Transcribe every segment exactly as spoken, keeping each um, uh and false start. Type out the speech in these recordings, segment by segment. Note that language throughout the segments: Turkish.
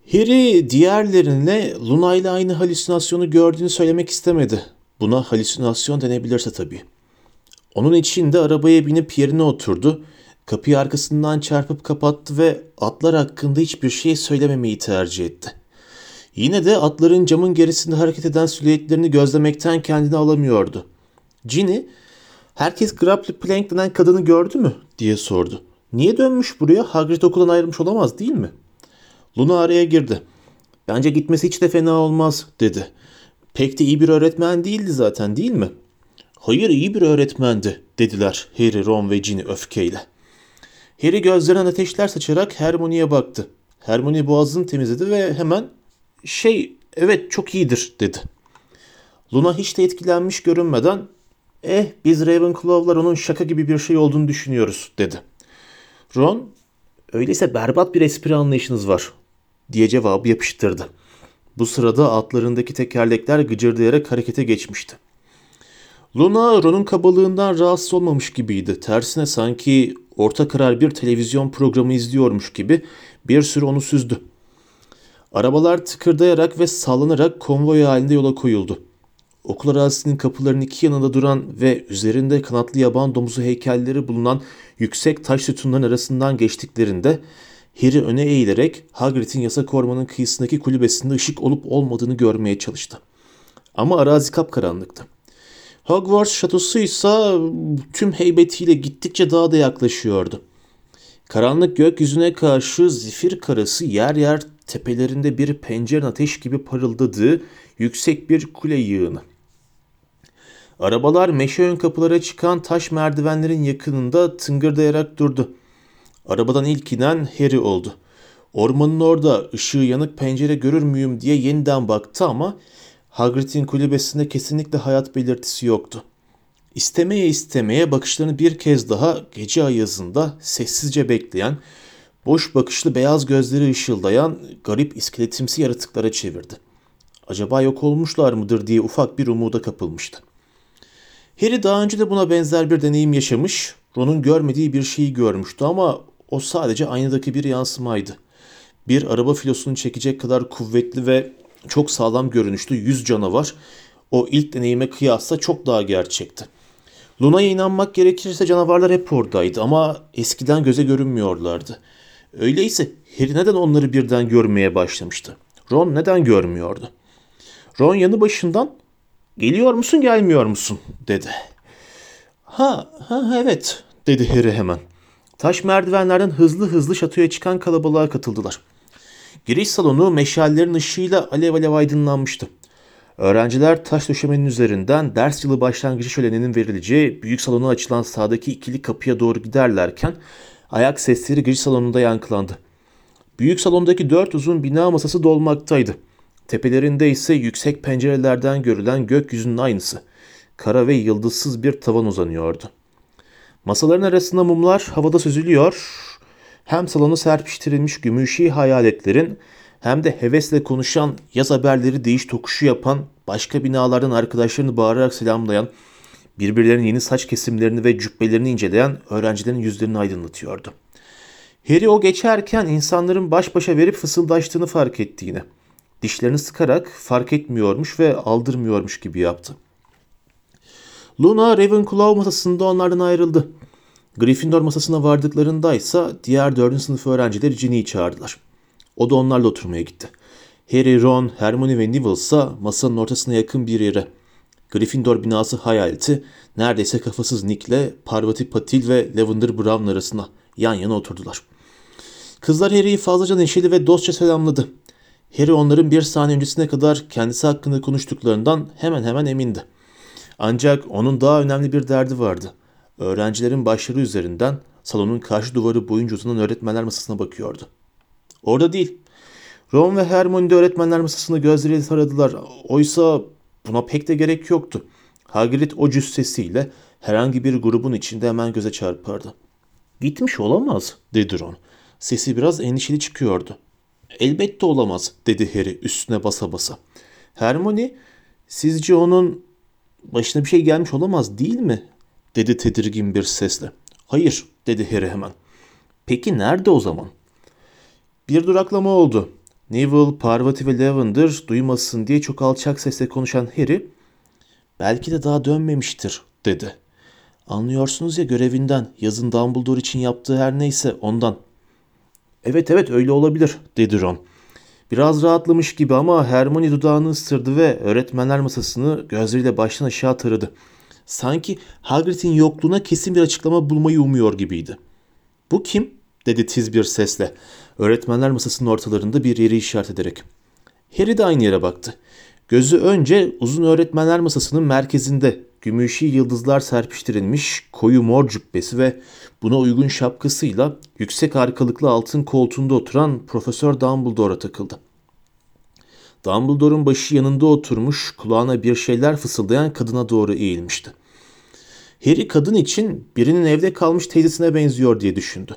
Harry diğerlerine Luna ile aynı halüsinasyonu gördüğünü söylemek istemedi. Buna halüsinasyon denebilirse tabii. Onun için de arabaya binip yerine oturdu. Kapıyı arkasından çarpıp kapattı ve atlar hakkında hiçbir şey söylememeyi tercih etti. Yine de atların camın gerisinde hareket eden silüetlerini gözlemekten kendini alamıyordu. Ginny, "Herkes Grapple Plank denen kadını gördü mü?" diye sordu. "Niye dönmüş buraya? Hagrid okuldan ayrılmış olamaz değil mi?" Luna araya girdi. "Bence gitmesi hiç de fena olmaz," dedi. "Pek de iyi bir öğretmen değildi zaten, değil mi?" "Hayır, iyi bir öğretmendi," dediler Harry, Ron ve Ginny öfkeyle. Harry gözlerinden ateşler saçarak Hermione'ye baktı. Hermione boğazını temizledi ve hemen "Şey, evet çok iyidir," dedi. Luna hiç de etkilenmiş görünmeden "Eh, biz Ravenclaw'lar onun şaka gibi bir şey olduğunu düşünüyoruz," dedi. Ron, "Öyleyse berbat bir espri anlayışınız var," diye cevabı yapıştırdı. Bu sırada atlarındaki tekerlekler gıcırdayarak harekete geçmişti. Luna, Ron'un kabalığından rahatsız olmamış gibiydi. Tersine sanki orta karar bir televizyon programı izliyormuş gibi bir süre onu süzdü. Arabalar tıkırdayarak ve sallanarak konvoy halinde yola koyuldu. Okul arazisinin kapılarının iki yanında duran ve üzerinde kanatlı yaban domuzu heykelleri bulunan yüksek taş sütunların arasından geçtiklerinde Harry öne eğilerek Hagrid'in yasak ormanın kıyısındaki kulübesinde ışık olup olmadığını görmeye çalıştı. Ama arazi kapkaranlıktı. Hogwarts şatosu ise tüm heybetiyle gittikçe daha da yaklaşıyordu. Karanlık gökyüzüne karşı zifir karası yer yer tepelerinde bir pencere ateş gibi parıldadığı yüksek bir kule yığını. Arabalar meşe ön kapılara çıkan taş merdivenlerin yakınında tıngırdayarak durdu. Arabadan ilk inen Harry oldu. Ormanın orada ışığı yanık pencere görür müyüm diye yeniden baktı ama Hagrid'in kulübesinde kesinlikle hayat belirtisi yoktu. İstemeye istemeye bakışlarını bir kez daha gece ayazında sessizce bekleyen, boş bakışlı beyaz gözleri ışıldayan garip iskeletimsi yaratıklara çevirdi. Acaba yok olmuşlar mıdır diye ufak bir umuda kapılmıştı. Harry daha önce de buna benzer bir deneyim yaşamış, Ron'un görmediği bir şeyi görmüştü ama o sadece aynadaki bir yansımaydı. Bir araba filosunu çekecek kadar kuvvetli ve çok sağlam görünüşlü yüz canavar o ilk deneyime kıyasla çok daha gerçekti. Luna'ya inanmak gerekirse canavarlar hep oradaydı ama eskiden göze görünmüyorlardı. Öyleyse Harry neden onları birden görmeye başlamıştı? Ron neden görmüyordu? Ron yanı başından "Geliyor musun, gelmiyor musun?" dedi. Ha, ha evet," dedi Harry hemen. Taş merdivenlerden hızlı hızlı şatoya çıkan kalabalığa katıldılar. Giriş salonu meşallerin ışığıyla alev alev aydınlanmıştı. Öğrenciler taş döşemenin üzerinden ders yılı başlangıcı şöleninin verileceği büyük salona açılan sağdaki ikili kapıya doğru giderlerken ayak sesleri giriş salonunda yankılandı. Büyük salondaki dört uzun bina masası dolmaktaydı. Tepelerinde ise yüksek pencerelerden görülen gökyüzünün aynısı. Kara ve yıldızsız bir tavan uzanıyordu. Masaların arasında mumlar havada süzülüyor. Hem salonu serpiştirilmiş gümüşi hayaletlerin hem de hevesle konuşan, yaz haberleri değiş tokuşu yapan, başka binalardan arkadaşlarını bağırarak selamlayan, birbirlerinin yeni saç kesimlerini ve cübbelerini inceleyen öğrencilerin yüzlerini aydınlatıyordu. Harry o geçerken insanların baş başa verip fısıldaştığını fark ettiğini, dişlerini sıkarak fark etmiyormuş ve aldırmıyormuş gibi yaptı. Luna Ravenclaw masasında onlardan ayrıldı. Gryffindor masasına vardıklarındaysa diğer dördüncü sınıf öğrencileri Ginny'yi çağırdılar. O da onlarla oturmaya gitti. Harry, Ron, Hermione ve Neville ise masanın ortasına yakın bir yere. Gryffindor binası hayaleti neredeyse kafasız Nick'le Parvati Patil ve Lavender Brown arasına yan yana oturdular. Kızlar Harry'i fazlaca neşeli ve dostça selamladı. Harry onların bir saniye öncesine kadar kendisi hakkında konuştuklarından hemen hemen emindi. Ancak onun daha önemli bir derdi vardı. Öğrencilerin başları üzerinden salonun karşı duvarı boyunca uzanan öğretmenler masasına bakıyordu. Orada değil. Ron ve Hermione de öğretmenler masasını gözleriyle taradılar. Oysa buna pek de gerek yoktu. Hagrid o cüssesiyle herhangi bir grubun içinde hemen göze çarpardı. "Gitmiş olamaz," dedi Ron. Sesi biraz endişeli çıkıyordu. "Elbette olamaz," dedi Harry üstüne basa basa. Hermione, "Sizce onun başına bir şey gelmiş olamaz değil mi?" dedi tedirgin bir sesle. "Hayır," dedi Harry hemen. "Peki nerede o zaman?" Bir duraklama oldu. Neville, Parvati ve Lavender duymasın diye çok alçak sesle konuşan Harry, "Belki de daha dönmemiştir," dedi. "Anlıyorsunuz ya, görevinden, yazın Dumbledore için yaptığı her neyse ondan." "Evet evet, öyle olabilir," dedi Ron. Biraz rahatlamış gibi ama Hermione dudağını ısırdı ve öğretmenler masasını gözleriyle baştan aşağı taradı. Sanki Hagrid'in yokluğuna kesin bir açıklama bulmayı umuyor gibiydi. "Bu kim?" dedi tiz bir sesle, öğretmenler masasının ortalarında bir yeri işaret ederek. Harry de aynı yere baktı. Gözü önce uzun öğretmenler masasının merkezinde gümüşi yıldızlar serpiştirilmiş koyu mor cübbesi ve buna uygun şapkasıyla yüksek arkalıklı altın koltuğunda oturan Profesör Dumbledore'a takıldı. Dumbledore'un başı yanında oturmuş, kulağına bir şeyler fısıldayan kadına doğru eğilmişti. Harry kadın için birinin evde kalmış teyzesine benziyor diye düşündü.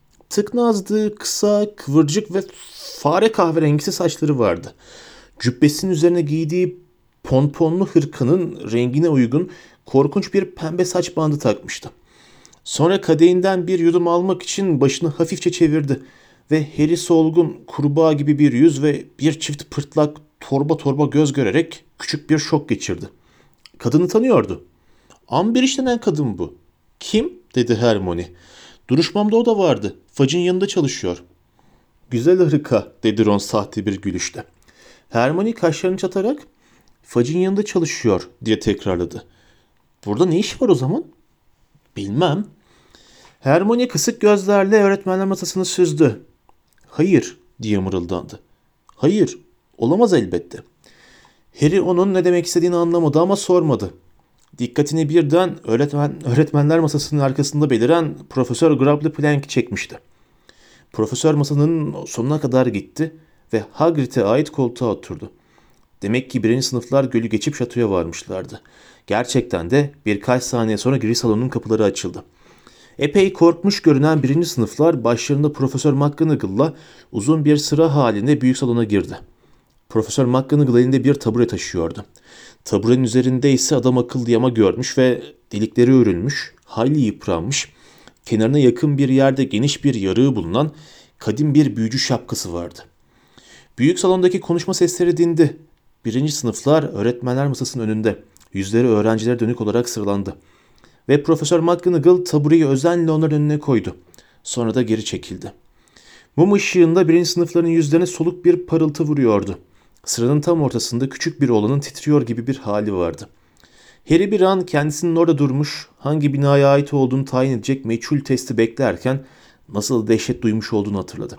Tıknazdı, kısa, kıvırcık ve fare kahverengisi saçları vardı. Cübbesinin üzerine giydiği ponponlu hırkanın rengine uygun korkunç bir pembe saç bandı takmıştı. Sonra kadehinden bir yudum almak için başını hafifçe çevirdi ve Harry solgun, kurbağa gibi bir yüz ve bir çift pırtlak torba torba göz görerek küçük bir şok geçirdi. Kadını tanıyordu. "Amberish denen kadın bu." "Kim?" dedi Hermione. "Duruşmamda o da vardı. Fudge'in yanında çalışıyor." "Güzel hırka," dedi Ron sahte bir gülüşle. Hermione kaşlarını çatarak "Fudge'in yanında çalışıyor," diye tekrarladı. "Burada ne iş var o zaman?" "Bilmem." Hermione kısık gözlerle öğretmenler masasını süzdü. "Hayır," diye mırıldandı. "Hayır, olamaz elbette." Harry onun ne demek istediğini anlamadı ama sormadı. Dikkatini birden öğretmen, öğretmenler masasının arkasında beliren Profesör Grably Plank çekmişti. Profesör masanın sonuna kadar gitti ve Hagrid'e ait koltuğa oturdu. Demek ki birinci sınıflar gölü geçip şatoya varmışlardı. Gerçekten de birkaç saniye sonra giriş salonunun kapıları açıldı. Epey korkmuş görünen birinci sınıflar başlarında Profesör McGonagall'la uzun bir sıra halinde büyük salona girdi. Profesör McGonagall elinde bir tabure taşıyordu. Taburenin üzerinde ise adam akıllı yama görmüş ve delikleri örülmüş, hayli yıpranmış, kenarına yakın bir yerde geniş bir yarığı bulunan kadim bir büyücü şapkası vardı. Büyük salondaki konuşma sesleri dindi. Birinci sınıflar öğretmenler masasının önünde, yüzleri öğrencilere dönük olarak sıralandı. Ve Profesör McGonagall tabureyi özenle onların önüne koydu. Sonra da geri çekildi. Mum ışığında birinci sınıfların yüzlerine soluk bir parıltı vuruyordu. Sıranın tam ortasında küçük bir oğlanın titriyor gibi bir hali vardı. Harry bir an kendisinin orada durmuş, hangi binaya ait olduğunu tayin edecek meçhul testi beklerken nasıl dehşet duymuş olduğunu hatırladı.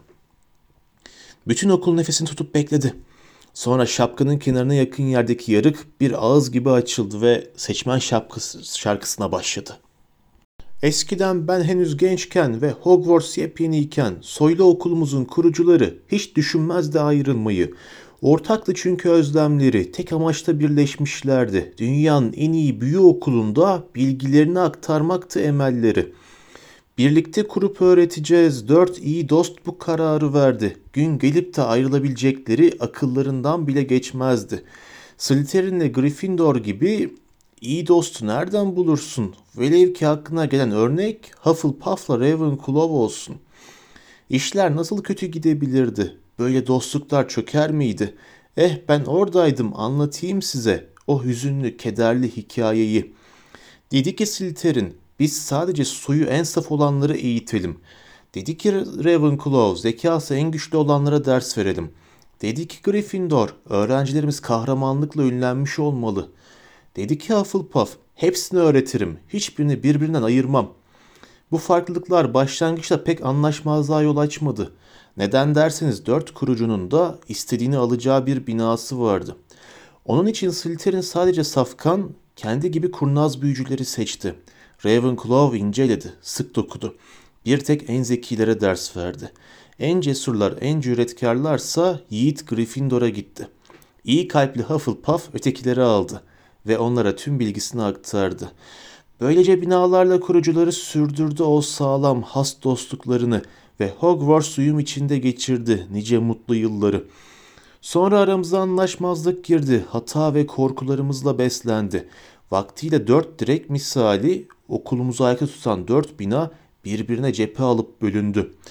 Bütün okul nefesini tutup bekledi. Sonra şapkanın kenarına yakın yerdeki yarık bir ağız gibi açıldı ve seçmen şapkası şarkısına başladı. "Eskiden ben henüz gençken ve Hogwarts yepyeniyken soylu okulumuzun kurucuları hiç düşünmezdi ayrılmayı. Ortaktı çünkü özlemleri, tek amaçta birleşmişlerdi. Dünyanın en iyi büyü okulunda bilgilerini aktarmaktı emelleri. Birlikte kurup öğreteceğiz, dört iyi dost bu kararı verdi. Gün gelip de ayrılabilecekleri akıllarından bile geçmezdi. Slytherin'le Gryffindor gibi iyi dostu nereden bulursun? Velev ki aklına gelen örnek Hufflepuff'la Ravenclaw olsun. İşler nasıl kötü gidebilirdi? Böyle dostluklar çöker miydi? Eh ben oradaydım, anlatayım size o hüzünlü, kederli hikayeyi. Dedi ki Slytherin, biz sadece suyu en saf olanları eğitelim. Dedi ki Ravenclaw, zekası en güçlü olanlara ders verelim. Dedi ki Gryffindor, öğrencilerimiz kahramanlıkla ünlenmiş olmalı. Dedi ki Hufflepuff, hepsini öğretirim, hiçbirini birbirinden ayırmam. Bu farklılıklar başlangıçta pek anlaşmazlığa yol açmadı. Neden derseniz dört kurucunun da istediğini alacağı bir binası vardı. Onun için Slytherin sadece safkan, kendi gibi kurnaz büyücüleri seçti. Ravenclaw inceledi, sık dokudu. Bir tek en zekilere ders verdi. En cesurlar, en cüretkarlarsa yiğit Gryffindor'a gitti. İyi kalpli Hufflepuff ötekileri aldı ve onlara tüm bilgisini aktardı. Böylece binalarla kurucuları sürdürdü o sağlam has dostluklarını ve Hogwarts uyum içinde geçirdi nice mutlu yılları. Sonra aramıza anlaşmazlık girdi, hata ve korkularımızla beslendi. Vaktiyle dört direk misali okulumuzu ayakta tutan dört bina birbirine cephe alıp bölündü.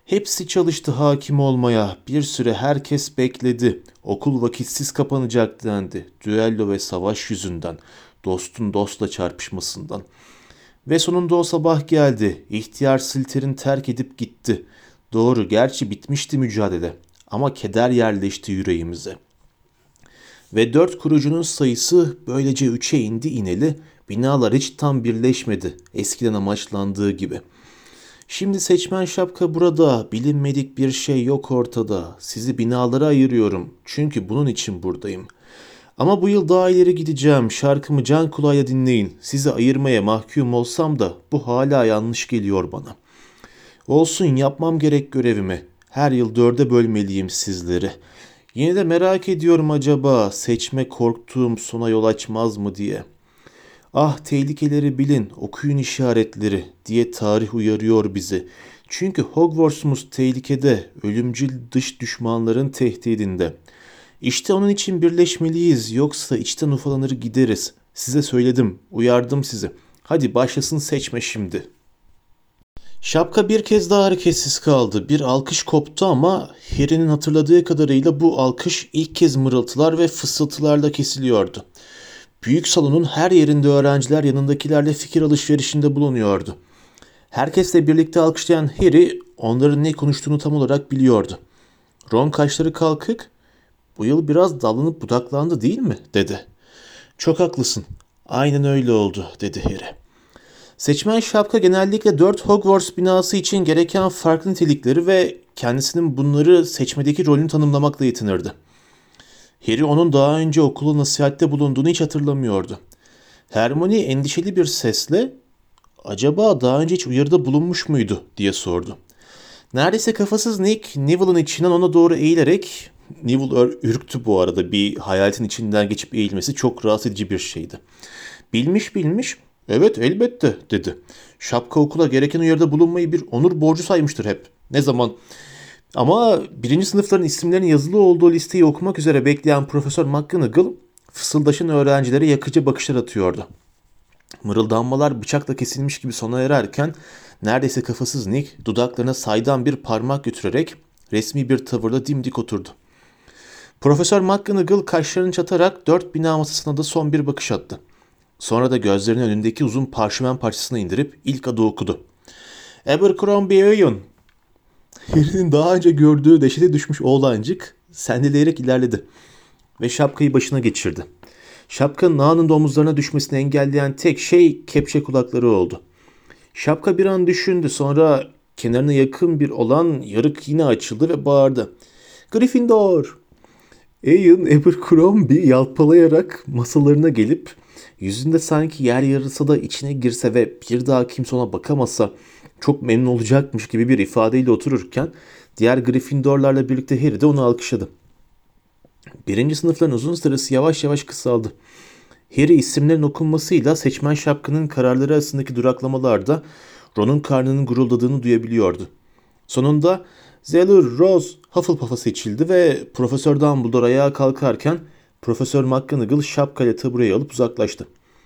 Hepsi çalıştı hakim olmaya. Bir süre herkes bekledi. Okul vakitsiz kapanacak dendi. Düello ve savaş yüzünden. Dostun dostla çarpışmasından. Ve sonunda o sabah geldi. İhtiyar Silter'in terk edip gitti. Doğru, gerçi bitmişti mücadele. Ama keder yerleşti yüreğimize. Ve dört kurucunun sayısı böylece üçe indi ineli. Binalar hiç tam birleşmedi. Eskiden amaçlandığı gibi. Şimdi seçmen şapka burada. Bilinmedik bir şey yok ortada. Sizi binalara ayırıyorum. Çünkü bunun için buradayım. Ama bu yıl daha ileri gideceğim. Şarkımı can kulağıyla dinleyin. Sizi ayırmaya mahkum olsam da bu hala yanlış geliyor bana. Olsun, yapmam gerek görevimi. Her yıl dörde bölmeliyim sizleri. Yine de merak ediyorum, acaba seçme korktuğum sona yol açmaz mı diye. Ah, tehlikeleri bilin, okuyun işaretleri diye tarih uyarıyor bizi. Çünkü Hogwarts'umuz tehlikede, ölümcül dış düşmanların tehdidinde. İşte onun için birleşmeliyiz, yoksa içten ufalanır gideriz. Size söyledim, uyardım sizi. Hadi başlasın seçme şimdi. Şapka bir kez daha hareketsiz kaldı. Bir alkış koptu ama Harry'nin hatırladığı kadarıyla bu alkış ilk kez mırıltılar ve fısıltılarla kesiliyordu. Büyük salonun her yerinde öğrenciler yanındakilerle fikir alışverişinde bulunuyordu. Herkesle birlikte alkışlayan Harry onların ne konuştuğunu tam olarak biliyordu. Ron kaşları kalkık, "Bu yıl biraz dallanıp budaklandı değil mi?" dedi. "Çok haklısın. Aynen öyle oldu," dedi Harry. Seçmen şapka genellikle dört Hogwarts binası için gereken farklı nitelikleri ve kendisinin bunları seçmedeki rolünü tanımlamakla yetinirdi. Harry onun daha önce okula nasihatte bulunduğunu hiç hatırlamıyordu. Hermione endişeli bir sesle "Acaba daha önce hiç uyarıda bulunmuş muydu?" diye sordu. Neredeyse kafasız Nick, Neville'ın içinden ona doğru eğilerek, Neville ürktü bu arada, bir hayaletin içinden geçip eğilmesi çok rahatsız edici bir şeydi. Bilmiş bilmiş, "Evet elbette," dedi. "Şapka okula gereken uyarıda bulunmayı bir onur borcu saymıştır hep. Ne zaman? Ama birinci sınıfların isimlerinin yazılı olduğu listeyi okumak üzere bekleyen Profesör McGonagall fısıldaşan öğrencilere yakıcı bakışlar atıyordu. Mırıldanmalar bıçakla kesilmiş gibi sona ererken neredeyse kafasız Nick dudaklarına saydam bir parmak götürerek resmi bir tavırla dimdik oturdu. Profesör McGonagall kaşlarını çatarak dört bina masasına da son bir bakış attı. Sonra da gözlerini önündeki uzun parşömen parçasına indirip ilk adı okudu. "Abercrombie Oyun." Harry'nin daha önce gördüğü dehşete düşmüş oğlancık sendeleyerek ilerledi ve şapkayı başına geçirdi. Şapkanın anında omuzlarına düşmesini engelleyen tek şey kepçe kulakları oldu. Şapka bir an düşündü, sonra kenarına yakın bir olan yarık yine açıldı ve bağırdı. "Gryffindor!" Ian Abercrombie yalpalayarak masalarına gelip yüzünde sanki yer yarılsa da içine girse ve bir daha kimse ona bakamasa çok memnun olacakmış gibi bir ifadeyle otururken diğer Gryffindorlarla birlikte Harry de onu alkışladı. Birinci sınıfların uzun sırası yavaş yavaş kısaldı. Harry isimlerin okunmasıyla seçmen şapkanın kararları arasındaki duraklamalarda Ron'un karnının guruldadığını duyabiliyordu. Sonunda Zeller Rose Hufflepuff'a seçildi ve Profesör Dumbledore ayağa kalkarken Profesör McGonagall şapkayla tabureyi alıp uzaklaştı.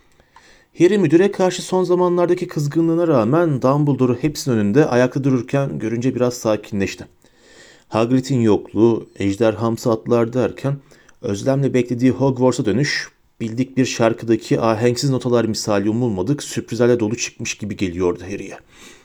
Harry müdüre karşı son zamanlardaki kızgınlığına rağmen Dumbledore'u hepsinin önünde ayakta dururken görünce biraz sakinleşti. Hagrid'in yokluğu, ejderhamsı atlar derken özlemle beklediği Hogwarts'a dönüş bildik bir şarkıdaki ahenksiz notalar misali umulmadık sürprizlerle dolu çıkmış gibi geliyordu Harry'ye.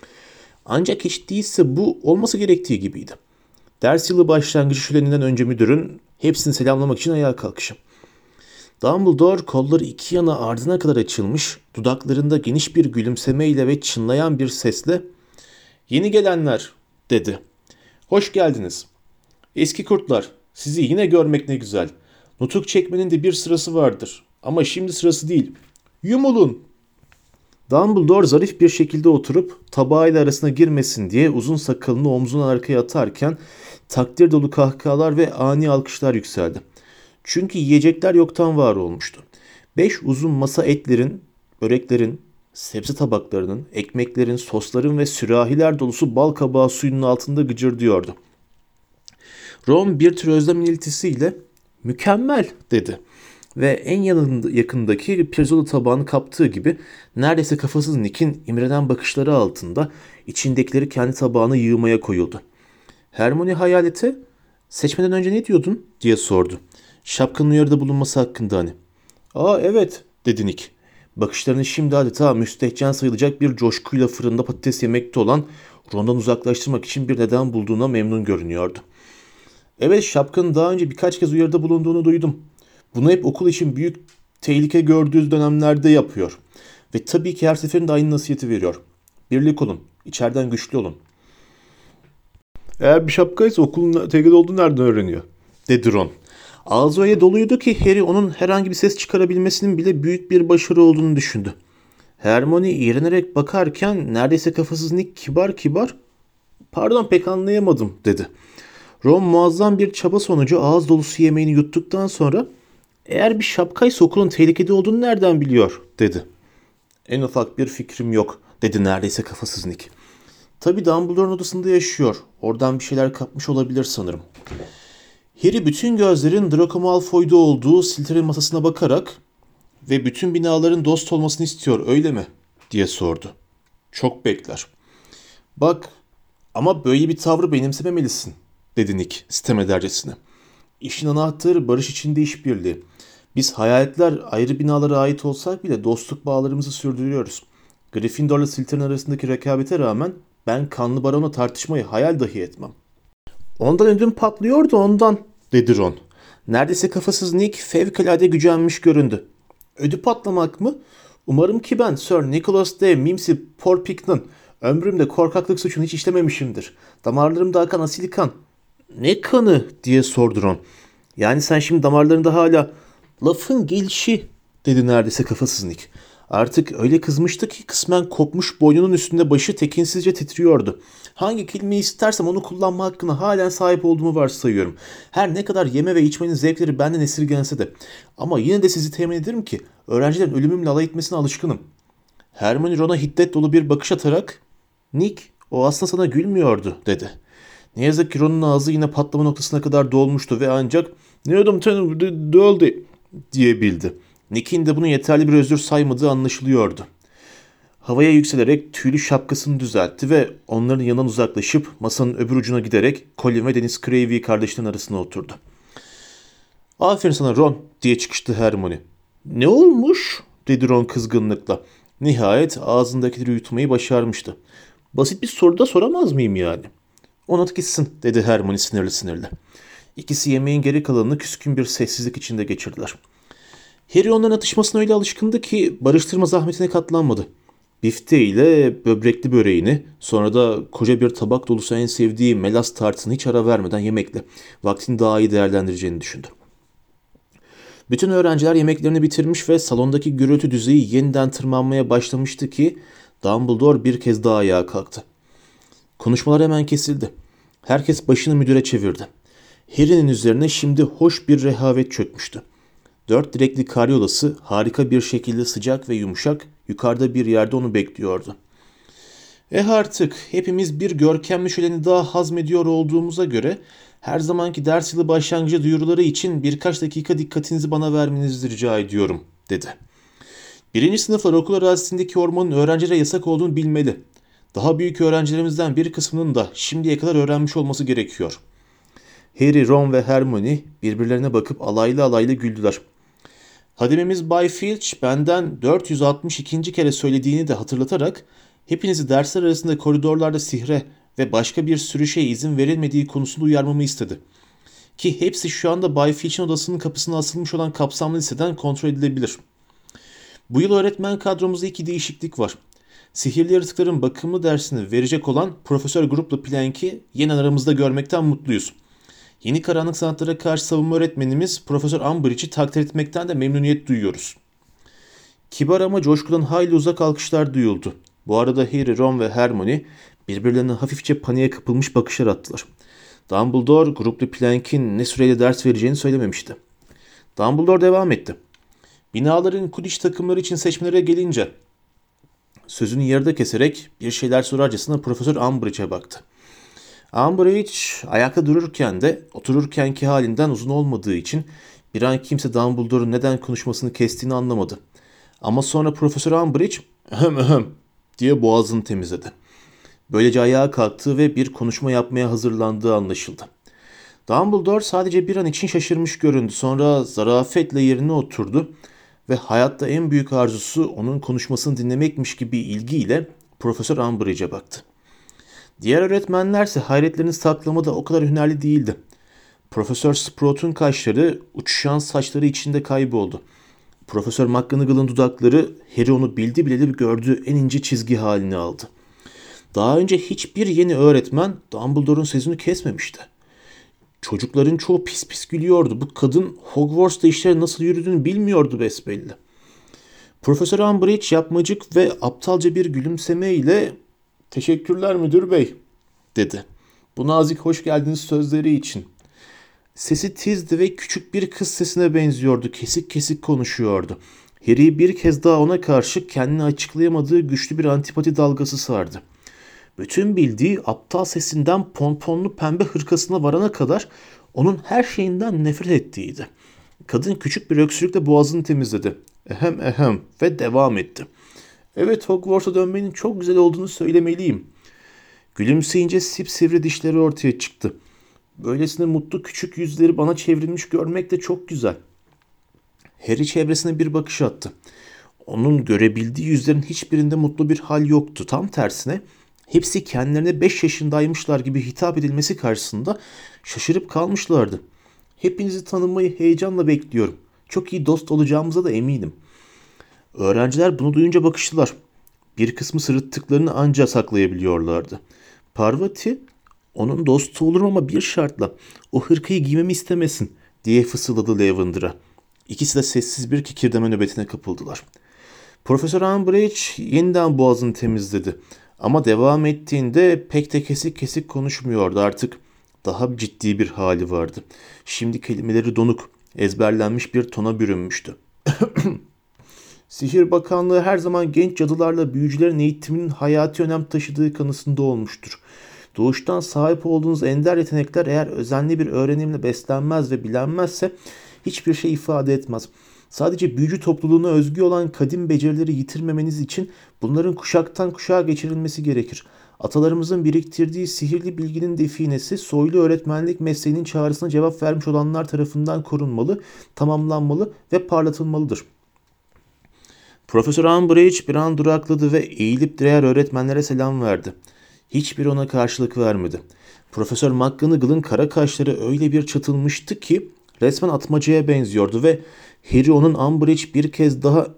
Ancak hiç değilse bu olması gerektiği gibiydi. Ders yılı başlangıcı şöleninden önce müdürün hepsini selamlamak için ayağa kalkışı. Dumbledore kolları iki yana ardına kadar açılmış, dudaklarında geniş bir gülümsemeyle ve çınlayan bir sesle "Yeni gelenler," dedi. "Hoş geldiniz. Eski kurtlar, sizi yine görmek ne güzel. Nutuk çekmenin de bir sırası vardır. Ama şimdi sırası değil. Yumulun." Dumbledore zarif bir şekilde oturup tabağıyla arasına girmesin diye uzun sakalını omzuna arkaya atarken takdir dolu kahkahalar ve ani alkışlar yükseldi. Çünkü yiyecekler yoktan var olmuştu. Beş uzun masa etlerin, böreklerin, sebze tabaklarının, ekmeklerin, sosların ve sürahiler dolusu bal kabağı suyunun altında gıcırdıyordu. Ron bir tür özlem iniltisiyle "Mükemmel," dedi. Ve en yanında, yakındaki pirzola tabağını kaptığı gibi neredeyse kafasız Nick'in imrenen bakışları altında içindekileri kendi tabağına yığmaya koyuldu. Hermione hayalete seçmeden önce ne diyordun diye sordu. Şapkanın uyarıda bulunması hakkında hani. Aa evet dedi Nick. Bakışlarını şimdi adeta müstehcen sayılacak bir coşkuyla fırında patates yemekte olan Ron'dan uzaklaştırmak için bir neden bulduğuna memnun görünüyordu. Evet, şapkanın daha önce birkaç kez uyarıda bulunduğunu duydum. Bunu hep okul için büyük tehlike gördüğü dönemlerde yapıyor. Ve tabii ki her seferinde aynı nasihati veriyor. Birlik olun, içeriden güçlü olun. Eğer bir şapkaysa okulun tehlikeli olduğunu nereden öğreniyor? Dedi Ron. Ağzı öyle doluydu ki Harry onun herhangi bir ses çıkarabilmesinin bile büyük bir başarı olduğunu düşündü. Hermione iğrenerek bakarken neredeyse kafasız Nick kibar kibar "Pardon, pek anlayamadım" dedi. Ron muazzam bir çaba sonucu ağız dolusu yemeğini yuttuktan sonra "Eğer bir şapkaysa okulun tehlikede olduğunu nereden biliyor?" dedi. "En ufak bir fikrim yok" dedi neredeyse kafasız Nick. "Tabii Dumbledore'un odasında yaşıyor. Oradan bir şeyler kapmış olabilir sanırım." Harry bütün gözlerin Draco Malfoy'da olduğu Slytherin masasına bakarak "Ve bütün binaların dost olmasını istiyor, öyle mi?" diye sordu. "Çok bekler." "Bak, ama böyle bir tavrı benimsememelisin" dedi Nick sitem edercesine. "İşin anahtarı barış içinde işbirliği. Biz hayaletler ayrı binalara ait olsak bile dostluk bağlarımızı sürdürüyoruz. Gryffindor'la Slytherin arasındaki rekabete rağmen ben kanlı baronla tartışmayı hayal dahi etmem." "Ondan ödüm patlıyordu ondan" dedi Ron. Neredeyse kafasız Nick fevkalade gücenmiş göründü. "Ödü patlamak mı? Umarım ki ben Sir Nicholas de Mimsy Porpick'nin ömrümde korkaklık suçunu hiç işlememişimdir. Damarlarımda akan asil kan." "Ne kanı?" diye sordu Ron. "Yani sen şimdi damarlarında hala..." "Lafın gelişi" dedi neredeyse kafasız Nick. Artık öyle kızmıştı ki kısmen kopmuş boynunun üstünde başı tekinsizce titriyordu. "Hangi kelimeyi istersem onu kullanma hakkına halen sahip olduğumu varsayıyorum. Her ne kadar yeme ve içmenin zevkleri benden esirgense de. Ama yine de sizi temin ederim ki öğrencilerin ölümümle alay etmesine alışkınım." Hermione Ron'a hiddet dolu bir bakış atarak "Nick, o aslında sana gülmüyordu" dedi. Ne yazık ki Ron'un ağzı yine patlama noktasına kadar dolmuştu ve ancak "Ne dedim tanrım, doldu" diyebildi. Nick'in de bunu yeterli bir özür saymadığı anlaşılıyordu. Havaya yükselerek tüylü şapkasını düzeltti ve onların yanından uzaklaşıp masanın öbür ucuna giderek Colin ve Dennis Creevy kardeşlerin arasına oturdu. "Aferin sana Ron" diye çıkıştı Hermione. "Ne olmuş?" dedi Ron kızgınlıkla. Nihayet ağzındakileri yutmayı başarmıştı. "Basit bir soru da soramaz mıyım yani?" "Unut gitsin" dedi Hermione sinirli sinirli. İkisi yemeğin geri kalanını küskün bir sessizlik içinde geçirdiler. Harry onların atışmasına öyle alışkındı ki barıştırma zahmetine katlanmadı. Bifte ile böbrekli böreğini, sonra da koca bir tabak dolusu en sevdiği melas tartını hiç ara vermeden yemekle vaktini daha iyi değerlendireceğini düşündü. Bütün öğrenciler yemeklerini bitirmiş ve salondaki gürültü düzeyi yeniden tırmanmaya başlamıştı ki Dumbledore bir kez daha ayağa kalktı. Konuşmalar hemen kesildi. Herkes başını müdüre çevirdi. Harry'nin üzerine şimdi hoş bir rehavet çökmüştü. Dört direkli karyolası harika bir şekilde sıcak ve yumuşak yukarıda bir yerde onu bekliyordu. "Eh artık hepimiz bir görkemli şöleni daha hazmediyor olduğumuza göre her zamanki ders yılı başlangıcı duyuruları için birkaç dakika dikkatinizi bana vermenizi rica ediyorum" dedi. "Birinci sınıflar okul arazisindeki ormanın öğrencilere yasak olduğunu bilmeli. Daha büyük öğrencilerimizden bir kısmının da şimdiye kadar öğrenmiş olması gerekiyor." Harry, Ron ve Hermione birbirlerine bakıp alaylı alaylı güldüler. Hadememiz Bay Filch benden dört yüz altmış ikinci kere söylediğini de hatırlatarak hepinizi dersler arasında koridorlarda sihre ve başka bir sürü şeye izin verilmediği konusunda uyarmamı istedi. Ki hepsi şu anda Bay Filch'in odasının kapısına asılmış olan kapsamlı listeden kontrol edilebilir. Bu yıl öğretmen kadromuzda iki değişiklik var. Sihirli yaratıkların bakımı dersini verecek olan Profesör Grup'la Plank'i yeniden aramızda görmekten mutluyuz. Yeni karanlık sanatlara karşı savunma öğretmenimiz Profesör Umbridge'i takdir etmekten de memnuniyet duyuyoruz. Kibar ama coşkudan hayli uzak alkışlar duyuldu. Bu arada Harry, Ron ve Hermione birbirlerine hafifçe paniğe kapılmış bakışlar attılar. Dumbledore gruplu Plank'in ne süreyle ders vereceğini söylememişti. Dumbledore devam etti. "Binaların Quidditch takımları için seçmelere gelince..." Sözünü yarıda keserek bir şeyler sorarcasına Profesör Umbridge'e baktı. Umbridge ayakta dururken de otururkenki halinden uzun olmadığı için bir an kimse Dumbledore'un neden konuşmasını kestiğini anlamadı. Ama sonra Profesör Umbridge "Ahem ahem" diye boğazını temizledi. Böylece ayağa kalktığı ve bir konuşma yapmaya hazırlandığı anlaşıldı. Dumbledore sadece bir an için şaşırmış göründü. Sonra zarafetle yerine oturdu ve hayatta en büyük arzusu onun konuşmasını dinlemekmiş gibi ilgiyle Profesör Umbridge'e baktı. Diğer öğretmenlerse hayretlerini saklamada o kadar hünerli değildi. Profesör Sprout'un kaşları uçuşan saçları içinde kayboldu. Profesör McGonagall'ın dudakları Harry onu bildi bileli gördüğü en ince çizgi halini aldı. Daha önce hiçbir yeni öğretmen Dumbledore'un sözünü kesmemişti. Çocukların çoğu pis pis gülüyordu. Bu kadın Hogwarts'ta işler nasıl yürüdüğünü bilmiyordu besbelli. Profesör Umbridge yapmacık ve aptalca bir gülümsemeyle "Teşekkürler müdür bey," dedi. "Bu nazik hoş geldiniz sözleri için." Sesi tizdi ve küçük bir kız sesine benziyordu. Kesik kesik konuşuyordu. Harry bir kez daha ona karşı kendini açıklayamadığı güçlü bir antipati dalgası sardı. Bütün bildiği aptal sesinden ponponlu pembe hırkasına varana kadar onun her şeyinden nefret ettiğiydi. Kadın küçük bir öksürükle boğazını temizledi. Ehem ehem ve devam etti. "Evet, Hogwarts'a dönmenin çok güzel olduğunu söylemeliyim." Gülümseyince sipsivri dişleri ortaya çıktı. "Böylesine mutlu küçük yüzleri bana çevrilmiş görmek de çok güzel." Harry çevresine bir bakış attı. Onun görebildiği yüzlerin hiçbirinde mutlu bir hal yoktu. Tam tersine hepsi kendilerine beş yaşındaymışlar gibi hitap edilmesi karşısında şaşırıp kalmışlardı. "Hepinizi tanımayı heyecanla bekliyorum. Çok iyi dost olacağımıza da eminim." Öğrenciler bunu duyunca bakıştılar. Bir kısmı sırıttıklarını anca saklayabiliyorlardı. Parvati, "Onun dostu olurum ama bir şartla. O hırkayı giymemi istemesin," diye fısıldadı Lavender'a. İkisi de sessiz bir kikirdeme nöbetine kapıldılar. Profesör Umbridge yeniden boğazını temizledi. Ama devam ettiğinde pek de kesik kesik konuşmuyordu artık. Daha ciddi bir hali vardı. Şimdi kelimeleri donuk, ezberlenmiş bir tona bürünmüştü. "Sihir Bakanlığı her zaman genç cadılarla büyücülerin eğitiminin hayati önem taşıdığı kanısında olmuştur. Doğuştan sahip olduğunuz ender yetenekler eğer özenli bir öğrenimle beslenmez ve bilenmezse hiçbir şey ifade etmez. Sadece büyücü topluluğuna özgü olan kadim becerileri yitirmemeniz için bunların kuşaktan kuşağa geçirilmesi gerekir. Atalarımızın biriktirdiği sihirli bilginin definesi soylu öğretmenlik mesleğinin çağrısına cevap vermiş olanlar tarafından korunmalı, tamamlanmalı ve parlatılmalıdır." Profesör Umbridge bir an durakladı ve eğilip diğer öğretmenlere selam verdi. Hiçbiri ona karşılık vermedi. Profesör McGonagall'ın kara kaşları öyle bir çatılmıştı ki resmen atmacaya benziyordu ve Harry onun Umbridge bir kez daha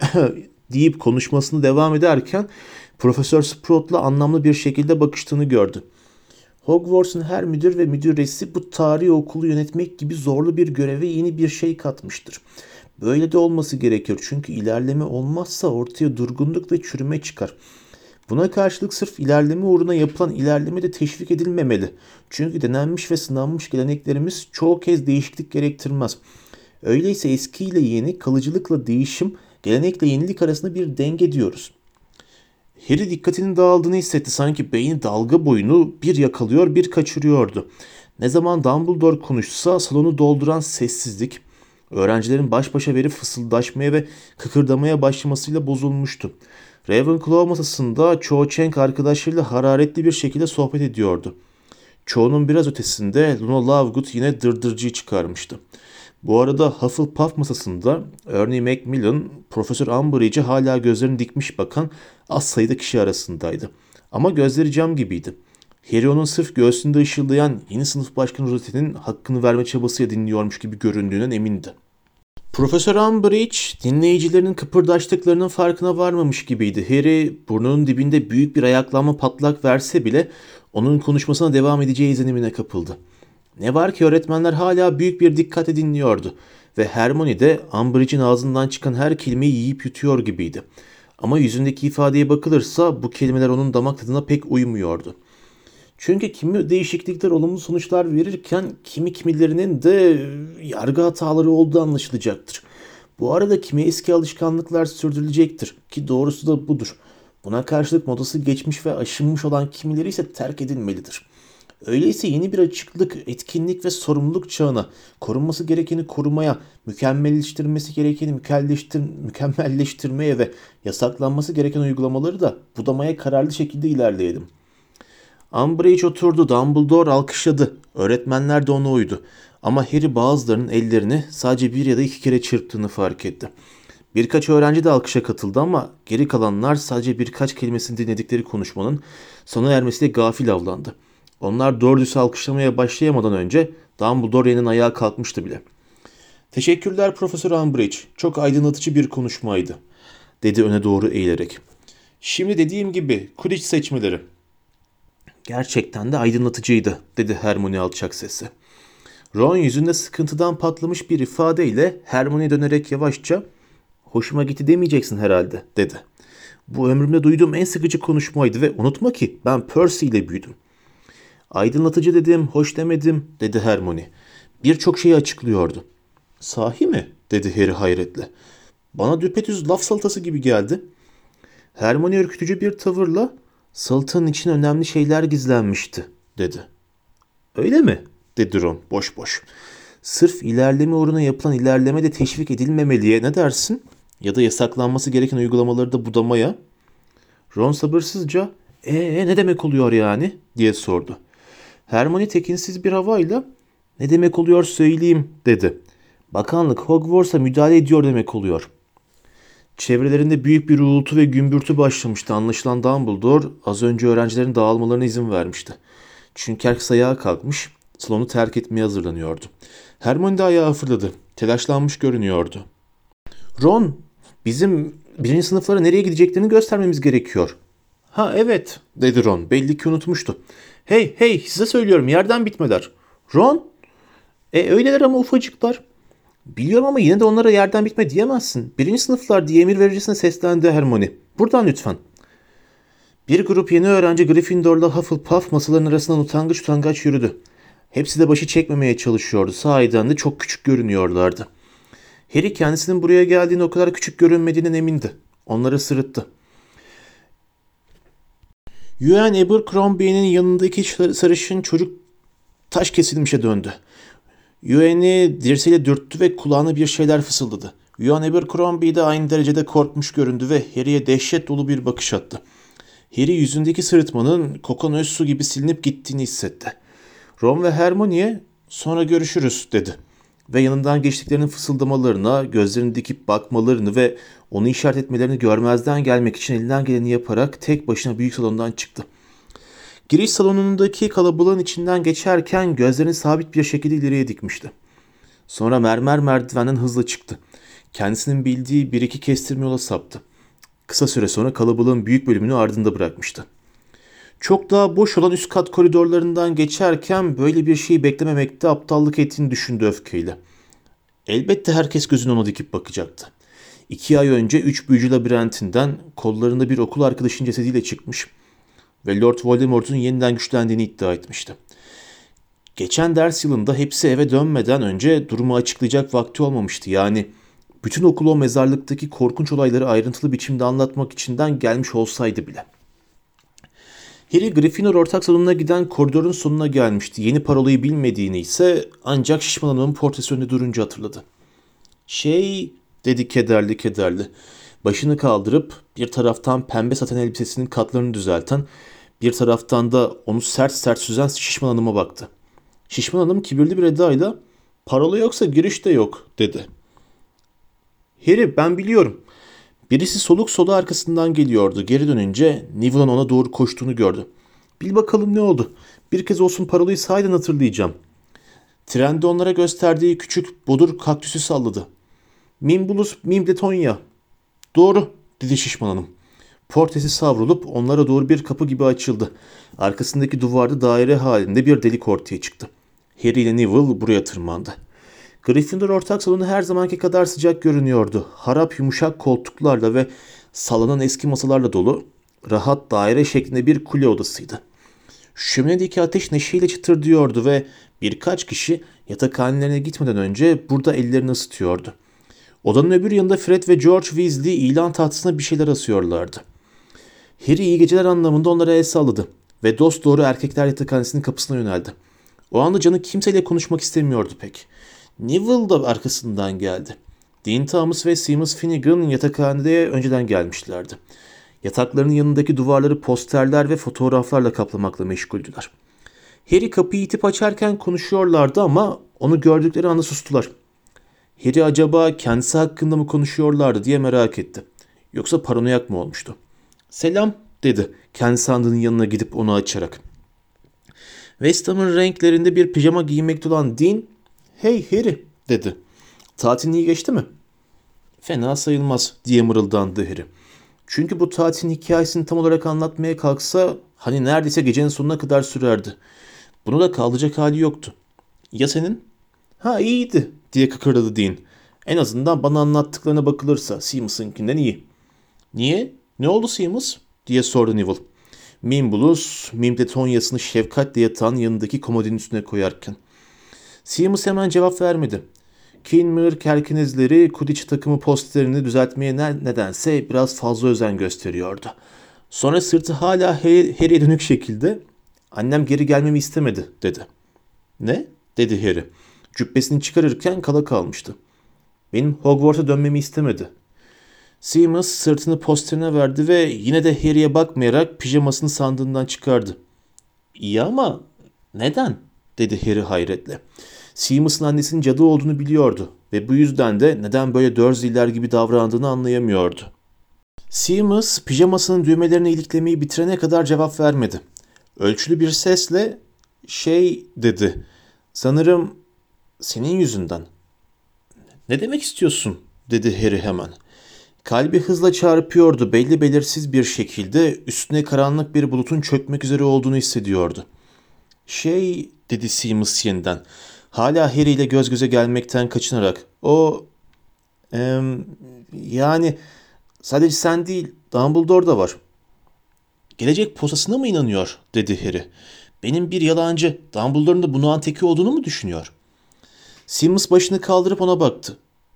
deyip konuşmasını devam ederken Profesör Sprout'la anlamlı bir şekilde bakıştığını gördü. Hogwarts'un her müdür ve müdüresi bu tarihi okulu yönetmek gibi zorlu bir göreve yeni bir şey katmıştır. Böyle de olması gerekir çünkü ilerleme olmazsa ortaya durgunluk ve çürüme çıkar. Buna karşılık sırf ilerleme uğruna yapılan ilerleme de teşvik edilmemeli. Çünkü denenmiş ve sınanmış geleneklerimiz çoğu kez değişiklik gerektirmez. Öyleyse eski ile yeni, kalıcılıkla değişim, gelenekle yenilik arasında bir denge diyoruz. Harry dikkatinin dağıldığını hissetti. Sanki beyni dalga boyunu bir yakalıyor bir kaçırıyordu. Ne zaman Dumbledore konuşsa salonu dolduran sessizlik, öğrencilerin baş başa verip fısıldaşmaya ve kıkırdamaya başlamasıyla bozulmuştu. Ravenclaw masasında Cho Chang arkadaşlarıyla hararetli bir şekilde sohbet ediyordu. Cho'nun biraz ötesinde Luna Lovegood yine dırdırcıyı çıkarmıştı. Bu arada Hufflepuff masasında Ernie Macmillan, Profesör Umbridge'e hala gözlerini dikmiş bakan az sayıda kişi arasındaydı. Ama gözleri cam gibiydi. Harry onun sırf göğsünde ışıldayan yeni sınıf başkanı rozetinin hakkını verme çabasıyla dinliyormuş gibi göründüğünden emindi. Profesör Umbridge dinleyicilerinin kıpırdaştıklarının farkına varmamış gibiydi. Harry burnunun dibinde büyük bir ayaklanma patlak verse bile onun konuşmasına devam edeceği izlenimine kapıldı. Ne var ki öğretmenler hala büyük bir dikkatle dinliyordu ve Hermione de Umbridge'in ağzından çıkan her kelimeyi yiyip yutuyor gibiydi. Ama yüzündeki ifadeye bakılırsa bu kelimeler onun damak tadına pek uymuyordu. Çünkü kimi değişiklikler olumlu sonuçlar verirken kimi kimilerinin de yargı hataları olduğu anlaşılacaktır. Bu arada kimi eski alışkanlıklar sürdürülecektir ki doğrusu da budur. Buna karşılık modası geçmiş ve aşınmış olan kimileri ise terk edilmelidir. Öyleyse yeni bir açıklık, etkinlik ve sorumluluk çağına, korunması gerekeni korumaya, mükemmelleştirmesi gerekeni mükelleştir, mükemmelleştirmeye ve yasaklanması gereken uygulamaları da budamaya kararlı şekilde ilerleyelim. Umbridge oturdu, Dumbledore alkışladı. Öğretmenler de ona uydu. Ama Harry bazılarının ellerini sadece bir ya da iki kere çırptığını fark etti. Birkaç öğrenci de alkışa katıldı ama geri kalanlar sadece birkaç kelimesini dinledikleri konuşmanın sona ermesiyle gafil avlandı. Onlar doğru alkışlamaya başlayamadan önce Dumbledore yeniden ayağa kalkmıştı bile. "Teşekkürler Profesör Umbridge. Çok aydınlatıcı bir konuşmaydı," dedi öne doğru eğilerek. "Şimdi dediğim gibi Quidditch seçmeleri." "Gerçekten de aydınlatıcıydı," dedi Hermione alçak sesle. Ron yüzünde sıkıntıdan patlamış bir ifadeyle Hermione'ye dönerek yavaşça "Hoşuma gitti demeyeceksin herhalde," dedi. "Bu ömrümde duyduğum en sıkıcı konuşmaydı ve unutma ki ben Percy ile büyüdüm." "Aydınlatıcı dedim, hoş demedim," dedi Hermione. "Birçok şeyi açıklıyordu." "Sahi mi?" dedi Harry hayretle. "Bana düpedüz laf salatası gibi geldi." Hermione ürkütücü bir tavırla "Salatanın içine önemli şeyler gizlenmişti," dedi. "Öyle mi?" dedi Ron boş boş. "Sırf ilerleme uğruna yapılan ilerleme de teşvik edilmemeliye ne dersin? Ya da yasaklanması gereken uygulamaları da budamaya?" Ron sabırsızca "Ee ne demek oluyor yani?" diye sordu. Hermione tekinsiz bir havayla "Ne demek oluyor söyleyeyim," dedi. "Bakanlık Hogwarts'a müdahale ediyor demek oluyor." Çevrelerinde büyük bir uğultu ve gümbürtü başlamıştı. Anlaşılan Dumbledore az önce öğrencilerin dağılmalarına izin vermişti. Çünkü herkes ayağa kalkmış, salonu terk etmeye hazırlanıyordu. Hermione de ayağa fırladı. Telaşlanmış görünüyordu. "Ron, bizim birinci sınıflara nereye gideceklerini göstermemiz gerekiyor." "Ha evet," dedi Ron. Belli ki unutmuştu. "Hey hey size söylüyorum yerden bitmeler." "Ron? E öyleler ama ufacıklar." "Biliyorum ama yine de onlara yerden bitme diyemezsin. Birinci sınıflar diye emir vericisine seslendi Hermione. Buradan lütfen." Bir grup yeni öğrenci Gryffindor'la Hufflepuff masaların arasından utangaç utangaç yürüdü. Hepsi de başı çekmemeye çalışıyordu. Sahiden de çok küçük görünüyorlardı. Harry kendisinin buraya geldiğini o kadar küçük görünmediğinden emindi. Onları sırıttı. Ewan Abercrombie'nin yanındaki sarışın çocuk taş kesilmişe döndü. Ewan'i dirseğiyle dürttü ve kulağına bir şeyler fısıldadı. Ewan Abercrombie de aynı derecede korkmuş göründü ve Harry'e dehşet dolu bir bakış attı. Harry yüzündeki sırıtmanın kokonöz su gibi silinip gittiğini hissetti. Ron ve Hermione'ye "Sonra görüşürüz," dedi. Ve yanından geçtiklerinin fısıldamalarına, gözlerini dikip bakmalarını ve onu işaret etmelerini görmezden gelmek için elinden geleni yaparak tek başına büyük salondan çıktı. Giriş salonundaki kalabalığın içinden geçerken gözlerini sabit bir şekilde ileriye dikmişti. Sonra mermer merdivenden hızla çıktı. Kendisinin bildiği bir iki kestirme yola saptı. Kısa süre sonra kalabalığın büyük bölümünü ardında bırakmıştı. Çok daha boş olan üst kat koridorlarından geçerken böyle bir şeyi beklememekte aptallık ettiğini düşündü öfkeyle. Elbette herkes gözünü ona dikip bakacaktı. İki ay önce üç büyücü labirentinden kollarında bir okul arkadaşın cesediyle çıkmış ve Lord Voldemort'un yeniden güçlendiğini iddia etmişti. Geçen ders yılında hepsi eve dönmeden önce durumu açıklayacak vakti olmamıştı. Yani bütün okul o mezarlıktaki korkunç olayları ayrıntılı biçimde anlatmak içinden gelmiş olsaydı bile. Harry Gryffindor ortak salonuna giden koridorun sonuna gelmişti. Yeni parolayı bilmediğini ise ancak Şişman Hanım'ın portresi önünde durunca hatırladı. "Şey," dedi kederli kederli. Başını kaldırıp bir taraftan pembe saten elbisesinin katlarını düzelten, bir taraftan da onu sert sert süzen Şişman Hanım'a baktı. Şişman Hanım kibirli bir edayla "Parola yoksa giriş de yok," dedi. "Harry ben biliyorum." Birisi soluk soluğa arkasından geliyordu. Geri dönünce Neville'ın ona doğru koştuğunu gördü. "Bil bakalım ne oldu? Bir kez olsun parolayı sahiden hatırlayacağım." Trende onlara gösterdiği küçük bodur kaktüsü salladı. "Mimbulus Mimbletonia." "Doğru," dedi Şişman Hanım. Portresi savrulup onlara doğru bir kapı gibi açıldı. Arkasındaki duvarda daire halinde bir delik ortaya çıktı. Harry ile Neville buraya tırmandı. Gryffindor ortak salonu her zamanki kadar sıcak görünüyordu. Harap yumuşak koltuklarla ve sallanan eski masalarla dolu, rahat daire şeklinde bir kule odasıydı. Şöminedeki ateş neşeyle çıtırdıyordu ve birkaç kişi yatakhanelerine gitmeden önce burada ellerini ısıtıyordu. Odanın öbür yanında Fred ve George Weasley ilan tahtasına bir şeyler asıyorlardı. Harry iyi geceler anlamında onlara el salladı ve dosdoğru erkekler yatakhanesinin kapısına yöneldi. O anda canı kimseyle konuşmak istemiyordu pek. Neville da arkasından geldi. Dean Thomas ve Seamus Finnegan yatakhanede önceden gelmişlerdi. Yataklarının yanındaki duvarları posterler ve fotoğraflarla kaplamakla meşguldüler. Harry kapıyı itip açarken konuşuyorlardı ama onu gördükleri anda sustular. Harry acaba kendisi hakkında mı konuşuyorlardı diye merak etti. Yoksa paranoyak mı olmuştu? "Selam," dedi kendi sandığının yanına gidip onu açarak. West Ham'ın renklerinde bir pijama giymekte olan Dean, "Hey Harry," dedi. "Tatilin iyi geçti mi?" "Fena sayılmaz," diye mırıldandı Harry. Çünkü bu tatilin hikayesini tam olarak anlatmaya kalksa hani neredeyse gecenin sonuna kadar sürerdi. Bunu da kaldıracak hali yoktu. "Ya senin?" "Ha, iyiydi," diye kıkırdadı Dean. "En azından bana anlattıklarına bakılırsa Seamus'unkinden iyi." "Niye? Ne oldu Seamus?" diye sordu Neville. Mimbulus, mimde tonyasını şefkatle yatağın yanındaki komodinin üstüne koyarken. Seamus hemen cevap vermedi. Kinmer, Kerkenizleri, Quidditch takımı posterini düzeltmeye nedense biraz fazla özen gösteriyordu. Sonra sırtı hala Harry'e dönük şekilde, "Annem geri gelmemi istemedi," dedi. "Ne?" dedi Harry. Cübbesini çıkarırken kala kalmıştı. "Benim Hogwarts'a dönmemi istemedi." Seamus sırtını posterine verdi ve yine de Harry'e bakmayarak pijamasını sandığından çıkardı. "İyi ama neden?" dedi Harry hayretle. Seamus'un annesinin cadı olduğunu biliyordu ve bu yüzden de neden böyle Dursley'ler gibi davrandığını anlayamıyordu. Seamus pijamasının düğmelerini iliklemeyi bitirene kadar cevap vermedi. Ölçülü bir sesle "Şey," dedi. "Sanırım senin yüzünden." "Ne demek istiyorsun?" dedi Harry hemen. Kalbi hızla çarpıyordu, belli belirsiz bir şekilde üstüne karanlık bir bulutun çökmek üzere olduğunu hissediyordu. "Şey," dedi Seamus yeniden, hala Harry ile göz göze gelmekten kaçınarak. "O, em, yani sadece sen değil, Dumbledore da var." "Gelecek posasına mı inanıyor?" dedi Harry. "Benim bir yalancı, Dumbledore'un da bunun teki olduğunu mu düşünüyor?" Seamus başını kaldırıp ona baktı.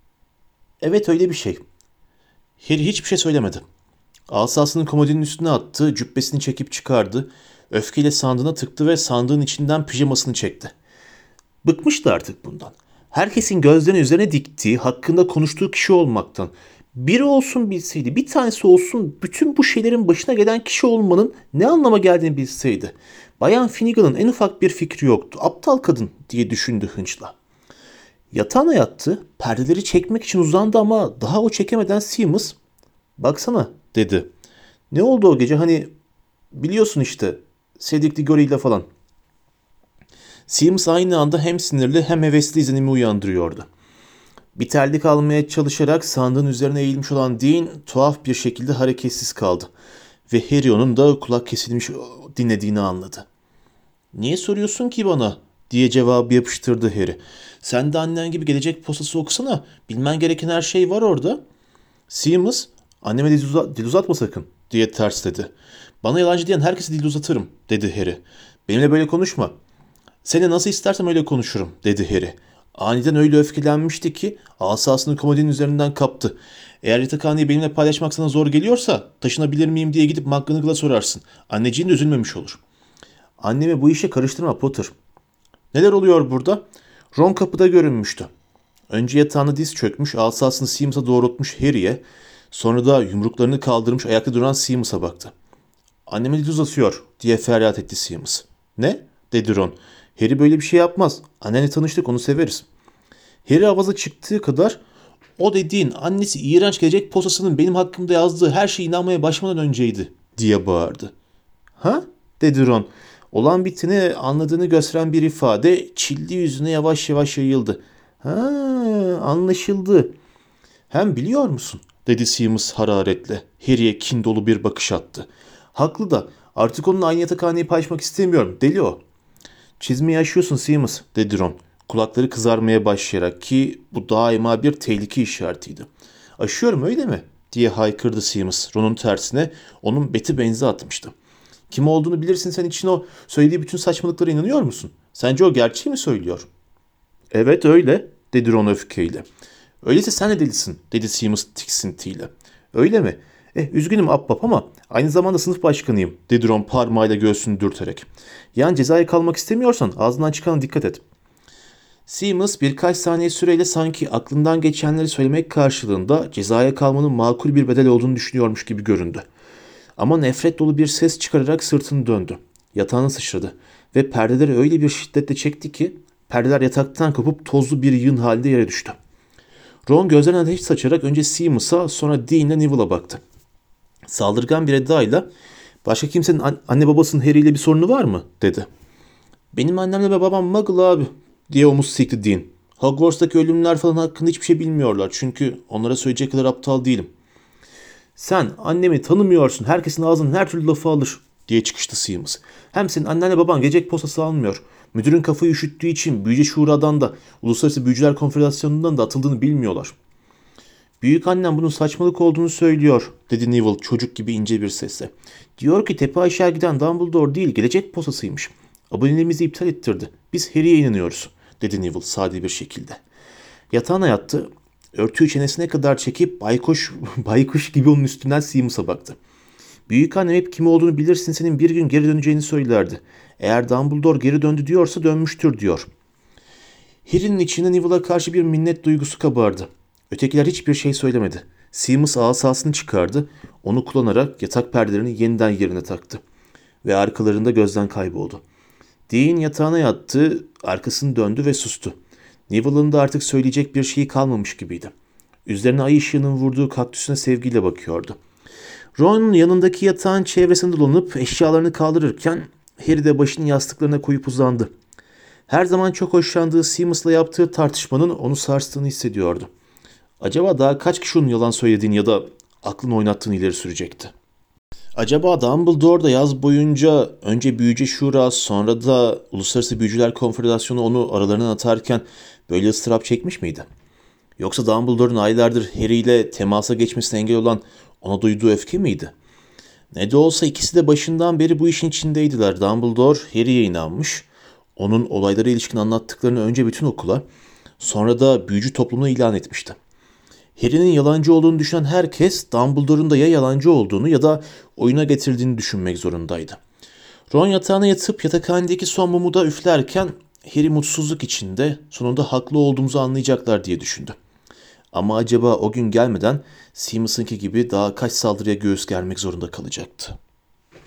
"Evet, öyle bir şey." Harry hiçbir şey söylemedi. Asasını komodinin üstüne attı, cübbesini çekip çıkardı, öfkeyle sandığına tıktı ve sandığın içinden pijamasını çekti. Bıkmıştı artık bundan. Herkesin gözlerini üzerine diktiği, hakkında konuştuğu kişi olmaktan. Biri olsun bilseydi, bir tanesi olsun bütün bu şeylerin başına gelen kişi olmanın ne anlama geldiğini bilseydi. Bayan Finnegan'ın en ufak bir fikri yoktu. Aptal kadın diye düşündü hınçla. Yatağına yattı, perdeleri çekmek için uzandı ama daha o çekemeden Seamus, "Baksana," dedi. "Ne oldu o gece, hani biliyorsun işte, Cedric Diggory ile falan." Seamus aynı anda hem sinirli hem hevesli izlenimi uyandırıyordu. Bir terlik almaya çalışarak sandığın üzerine eğilmiş olan Dean tuhaf bir şekilde hareketsiz kaldı. Ve Harry onun da kulak kesilmiş dinlediğini anladı. "Niye soruyorsun ki bana?" diye cevabı yapıştırdı Harry. "Sen de annen gibi gelecek postası okusana. Bilmen gereken her şey var orada." Seamus, "Anneme dil, uza- dil uzatma sakın," diye tersledi. "Bana yalancı diyen herkese dil uzatırım," dedi Harry. "Benimle böyle konuşma." "Seni nasıl istersem öyle konuşurum," dedi Harry. Aniden öyle öfkelenmişti ki asasını komodinin üzerinden kaptı. "Eğer yatakhaneyi benimle paylaşmak sana zor geliyorsa taşınabilir miyim diye gidip McGonagall'a sorarsın. Anneciğin de üzülmemiş olur." "Annemi bu işe karıştırma Potter." "Neler oluyor burada?" Ron kapıda görünmüştü. Önce yatağını diz çökmüş, asasını Seamus'a doğrultmuş Harry'e, sonra da yumruklarını kaldırmış ayakta duran Seamus'a baktı. "Anneme dil uzatıyor," diye feryat etti Seamus. "Ne?" dedi Ron. "Harry böyle bir şey yapmaz. Annenle tanıştık, onu severiz." Harry avaza çıktığı kadar, "O dediğin annesi iğrenç gelecek posasının benim hakkımda yazdığı her şeye inanmaya başlamadan önceydi," diye bağırdı. "Ha?" dedi Ron. Olan biteni anladığını gösteren bir ifade çilli yüzüne yavaş yavaş yayıldı. "Ha, anlaşıldı." "Hem biliyor musun?" dedi Seamus hararetle. Harry'e kin dolu bir bakış attı. "Haklı da artık onunla aynı yatakhaneyi paylaşmak istemiyorum. Deli o." "Çizmeyi aşıyorsun Seamus," dedi Ron. Kulakları kızarmaya başlayarak, ki bu daima bir tehlike işaretiydi. "Aşıyorum öyle mi?" diye haykırdı Seamus Ron'un tersine, onun beti benzi atmıştı. "Kim olduğunu bilirsin sen için o söylediği bütün saçmalıklara inanıyor musun? Sence o gerçeği mi söylüyor?" "Evet öyle," dedi Ron öfkeyle. "Öyleyse sen de delisin," dedi Seamus tiksintiyle. "Öyle mi? Eh, üzgünüm Abbap ama aynı zamanda sınıf başkanıyım," dedi Ron parmağıyla göğsünü dürterek. "Yani cezaya kalmak istemiyorsan ağzından çıkana dikkat et." Seamus birkaç saniye süreyle sanki aklından geçenleri söylemek karşılığında cezaya kalmanın makul bir bedel olduğunu düşünüyormuş gibi göründü. Ama nefret dolu bir ses çıkararak sırtını döndü. Yatağına sıçradı ve perdeleri öyle bir şiddetle çekti ki perdeler yataktan kopup tozlu bir yığın halinde yere düştü. Ron gözlerine ateş saçarak önce Seamus'a sonra Dean'le Neville'a baktı. Saldırgan bir edayla "Başka kimsenin an- anne babasının Harry ile bir sorunu var mı?" dedi. "Benim annemle ve babam Muggle abi," diye omuz sikti Dean. "Hogwarts'taki ölümler falan hakkında hiçbir şey bilmiyorlar çünkü onlara söyleyecek kadar aptal değilim." "Sen annemi tanımıyorsun. Herkesin ağzının her türlü lafı alır," diye çıkıştı Seamus. "Hem senin annenle baban gelecek postası almıyor. Müdürün kafayı üşüttüğü için Büyüce Şura'dan da Uluslararası Büyücüler Konfederasyonu'ndan da atıldığını bilmiyorlar." "Büyük annem bunun saçmalık olduğunu söylüyor," dedi Neville çocuk gibi ince bir sesle. "Diyor ki tepe aşağı giden Dumbledore değil gelecek posasıymış. Aboneliğimizi iptal ettirdi. Biz Harry'e inanıyoruz," dedi Neville sade bir şekilde. Yatağına yattı. Örtüyü çenesine kadar çekip baykuş, baykuş gibi onun üstünden Seamus'a baktı. "Büyük annem hep kim olduğunu bilirsin senin bir gün geri döneceğini söylerdi. Eğer Dumbledore geri döndü diyorsa dönmüştür," diyor. Harry'nin içinde Neville'a karşı bir minnet duygusu kabardı. Ötekiler hiçbir şey söylemedi. Seamus asasını çıkardı. Onu kullanarak yatak perdelerini yeniden yerine taktı. Ve arkalarında gözden kayboldu. Dean yatağına yattı, arkasını döndü ve sustu. Neville'ın da artık söyleyecek bir şeyi kalmamış gibiydi. Üzerine ay ışığının vurduğu kaktüsüne sevgiyle bakıyordu. Ron yanındaki yatağın çevresinde dolanıp eşyalarını kaldırırken Harry de başını yastıklarına koyup uzandı. Her zaman çok hoşlandığı Seamus'la yaptığı tartışmanın onu sarstığını hissediyordu. Acaba daha kaç kişi onun yalan söylediğini ya da aklını oynattığını ileri sürecekti. Acaba Dumbledore da yaz boyunca önce Büyüce Şura sonra da Uluslararası Büyücüler Konfederasyonu onu aralarından atarken böyle ıstırap çekmiş miydi? Yoksa Dumbledore'un aylardır Harry ile temasa geçmesine engel olan ona duyduğu öfke miydi? Ne de olsa ikisi de başından beri bu işin içindeydiler. Dumbledore Harry'e inanmış. Onun olaylara ilişkin anlattıklarını önce bütün okula, sonra da büyücü toplumuna ilan etmişti. Harry'nin yalancı olduğunu düşünen herkes Dumbledore'un da ya yalancı olduğunu ya da oyuna getirdiğini düşünmek zorundaydı. Ron yatağına yatıp yatakhanedeki son mumu da üflerken Harry mutsuzluk içinde sonunda haklı olduğumuzu anlayacaklar diye düşündü. Ama acaba o gün gelmeden Seamus'unki gibi daha kaç saldırıya göğüs germek zorunda kalacaktı?